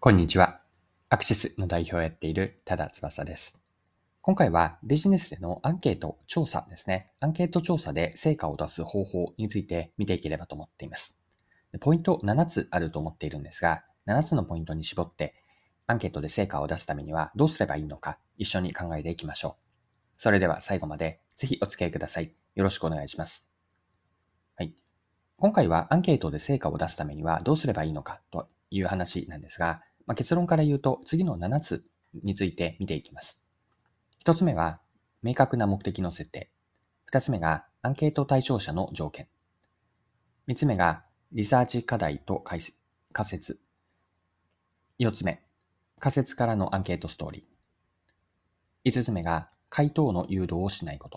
こんにちは。アクシスの代表をやっている多田翼です。今回はビジネスでのアンケート調査ですね。アンケート調査で成果を出す方法について見ていければと思っています。ポイント7つあると思っているんですが、7つのポイントに絞ってアンケートで成果を出すためにはどうすればいいのか一緒に考えていきましょう。それでは最後までぜひお付き合いください。よろしくお願いします。はい。今回はアンケートで成果を出すためにはどうすればいいのかという話なんですが、結論から言うと次の7つについて見ていきます。1つ目は明確な目的の設定。2つ目がアンケート対象者の条件。3つ目がリサーチ課題と仮説。4つ目、仮説からのアンケートストーリー。5つ目が回答の誘導をしないこと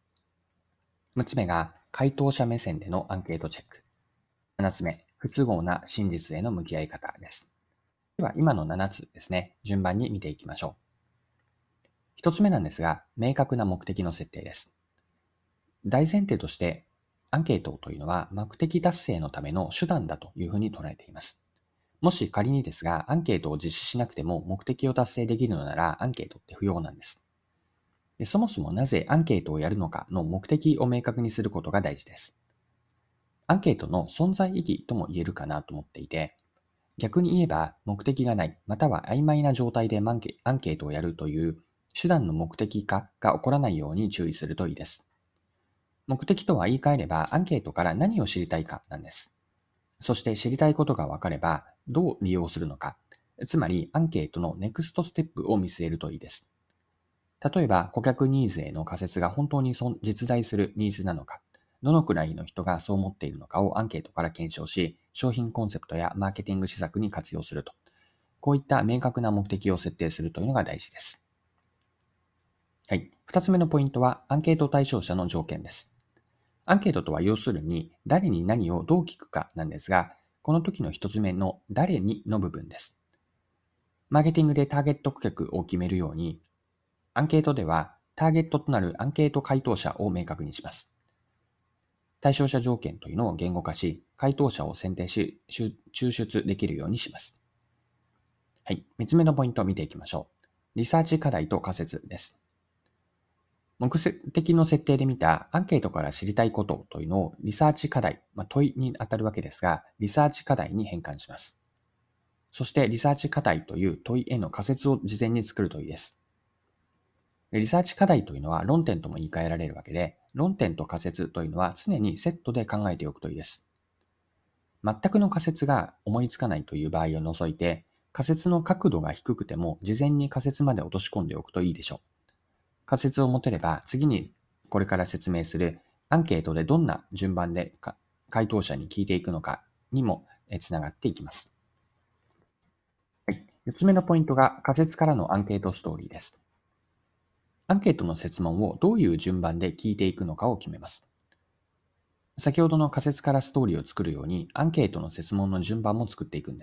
。6つ目が回答者目線でのアンケートチェック。7つ目、不都合な真実への向き合い方です。では、今の7つですね、順番に見ていきましょう。1つ目なんですが、明確な目的の設定です。大前提として、アンケートというのは目的達成のための手段だというふうに捉えています。もし仮にですが、アンケートを実施しなくても目的を達成できるのなら、アンケートって不要なんです。そもそもなぜアンケートをやるのかの目的を明確にすることが大事です。アンケートの存在意義とも言えるかなと思っていて、逆に言えば目的がない、または曖昧な状態でアンケートをやるという手段の目的化が起こらないように注意するといいです。目的とは言い換えればアンケートから何を知りたいかなんです。そして知りたいことが分かればどう利用するのか、つまりアンケートのネクストステップを見据えるといいです。例えば顧客ニーズへの仮説が本当に実在するニーズなのか、どのくらいの人がそう思っているのかをアンケートから検証し、商品コンセプトやマーケティング施策に活用すると。こういった明確な目的を設定するというのが大事です。はい。二つ目のポイントは、アンケート対象者の条件です。アンケートとは要するに、誰に何をどう聞くかなんですが、この時の一つ目の誰にの部分です。マーケティングでターゲット顧客を決めるように、アンケートではターゲットとなるアンケート回答者を明確にします。対象者条件というのを言語化し、回答者を選定し、抽出できるようにします。はい。三つ目のポイントを見ていきましょう。リサーチ課題と仮説です。目的の設定で見たアンケートから知りたいことというのをリサーチ課題、問いに当たるわけですが、リサーチ課題に変換します。そしてリサーチ課題という問いへの仮説を事前に作るといいです。リサーチ課題というのは論点とも言い換えられるわけで、論点と仮説というのは常にセットで考えておくといいです。全くの仮説が思いつかないという場合を除いて、仮説の角度が低くても事前に仮説まで落とし込んでおくといいでしょう。仮説を持てれば次にこれから説明するアンケートでどんな順番で回答者に聞いていくのかにもつながっていきます。はい。4つ目のポイントが仮説からのアンケートストーリーです。アンケートの設問をどういう順番で聞いていくのかを決めます。先ほどの仮説からストーリーを作るようにアンケートの設問の順番も作っていくんです。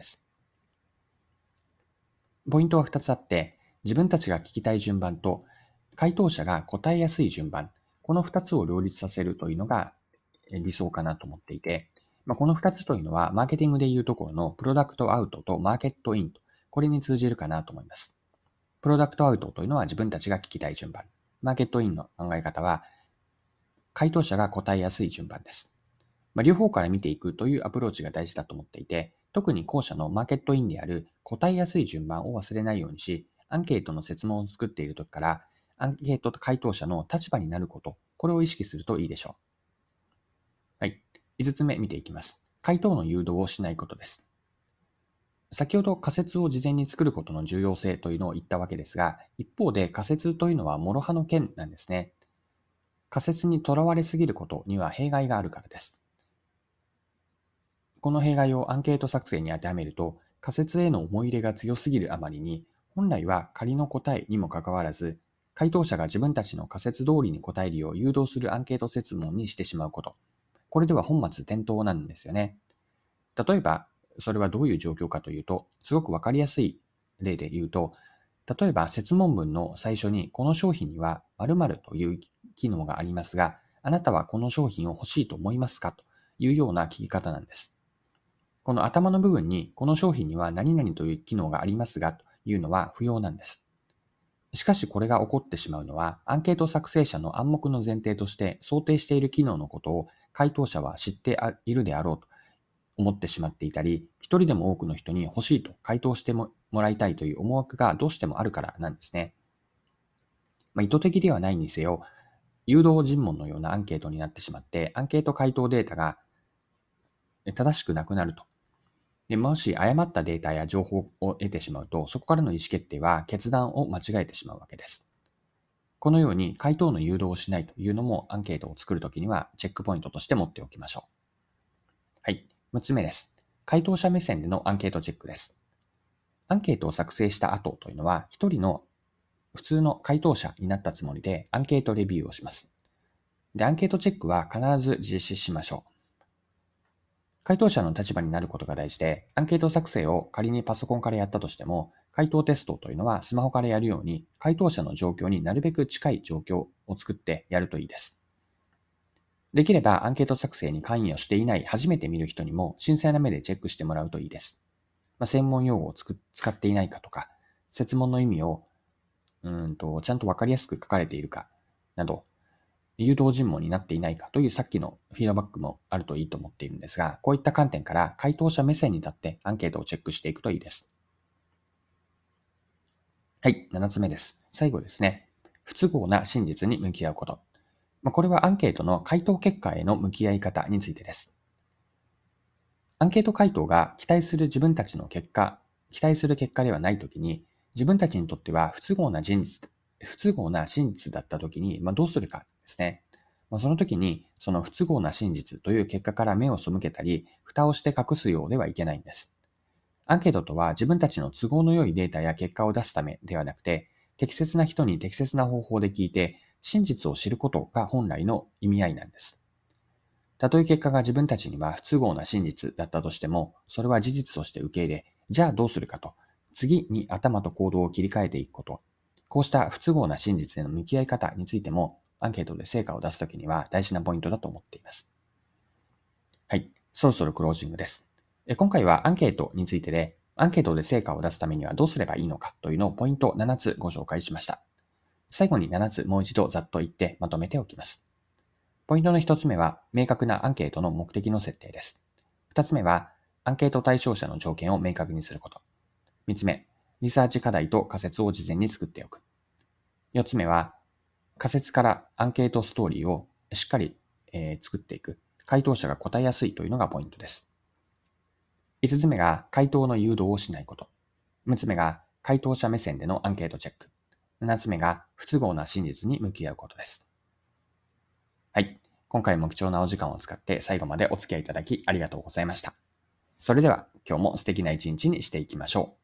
ポイントは2つあって、自分たちが聞きたい順番と回答者が答えやすい順番、この2つを両立させるというのが理想かなと思っていて、この2つというのはマーケティングでいうところのプロダクトアウトとマーケットインと、これに通じるかなと思います。プロダクトアウトというのは自分たちが聞きたい順番。マーケットインの考え方は回答者が答えやすい順番です。両方から見ていくというアプローチが大事だと思っていて、特に後者のマーケットインである答えやすい順番を忘れないようにし、アンケートの設問を作っているときから、アンケートと回答者の立場になること、これを意識するといいでしょう。はい。5つ目見ていきます。回答の誘導をしないことです。先ほど仮説を事前に作ることの重要性というのを言ったわけですが、一方で仮説というのは諸刃の剣なんですね。仮説にとらわれすぎることには弊害があるからです。この弊害をアンケート作成に当てはめると、仮説への思い入れが強すぎるあまりに、本来は仮の答えにもかかわらず、回答者が自分たちの仮説通りに答えるよう誘導するアンケート設問にしてしまうこと。これでは本末転倒なんですよね。例えば、それはどういう状況かというと、すごくわかりやすい例で言うと、例えば設問文の最初に、この商品には〇〇という機能がありますが、あなたはこの商品を欲しいと思いますかというような聞き方なんです。 この頭の部分に、この商品には何々という機能がありますがというのは不要なんです。しかしこれが起こってしまうのは、アンケート作成者の暗黙の前提として想定している機能のことを回答者は知っているであろうと思ってしまっていたり、一人でも多くの人に欲しいと回答してもらいたいという思惑がどうしてもあるからなんですね。意図的ではないにせよ、誘導尋問のようなアンケートになってしまって、アンケート回答データが正しくなくなると。で、もし誤ったデータや情報を得てしまうと、そこからの意思決定は決断を間違えてしまうわけです。このように回答の誘導をしないというのもアンケートを作るときにはチェックポイントとして持っておきましょう。はい。6つ目です。回答者目線でのアンケートチェックです。アンケートを作成した後というのは、一人の普通の回答者になったつもりでアンケートレビューをします。で、アンケートチェックは必ず実施しましょう。回答者の立場になることが大事で、アンケート作成を仮にパソコンからやったとしても、回答テストというのはスマホからやるように、回答者の状況になるべく近い状況を作ってやるといいです。できればアンケート作成に関与していない初めて見る人にも新鮮な目でチェックしてもらうといいです。専門用語を使っていないかとか、設問の意味をちゃんとわかりやすく書かれているかなど、誘導尋問になっていないかというさっきのフィードバックもあるといいと思っているんですが、こういった観点から回答者目線に立ってアンケートをチェックしていくといいです。はい、7つ目です。最後ですね。不都合な真実に向き合うこと。これはアンケートの回答結果への向き合い方についてです。アンケート回答が期待する期待する結果ではないときに、自分たちにとっては不都合な真実だったときに、どうするかですね。その時に、その不都合な真実という結果から目を背けたり、蓋をして隠すようではいけないんです。アンケートとは自分たちの都合の良いデータや結果を出すためではなくて、適切な人に適切な方法で聞いて、真実を知ることが本来の意味合いなんです。たとえ結果が自分たちには不都合な真実だったとしても、それは事実として受け入れ、じゃあどうするかと、次に頭と行動を切り替えていくこと、こうした不都合な真実への向き合い方についても、アンケートで成果を出すときには大事なポイントだと思っています。はい、そろそろクロージングです。今回はアンケートについてで、アンケートで成果を出すためにはどうすればいいのかというのをポイント7つご紹介しました。最後に7つもう一度ざっと言ってまとめておきます。ポイントの1つ目は、明確なアンケートの目的の設定です。2つ目は、アンケート対象者の条件を明確にすること。3つ目、リサーチ課題と仮説を事前に作っておく。4つ目は、仮説からアンケートストーリーをしっかり、作っていく。回答者が答えやすいというのがポイントです。5つ目が、回答の誘導をしないこと。6つ目が、回答者目線でのアンケートチェック。7つ目が、不都合な真実に向き合うことです。はい。今回も貴重なお時間を使って最後までお付き合いいただきありがとうございました。それでは今日も素敵な一日にしていきましょう。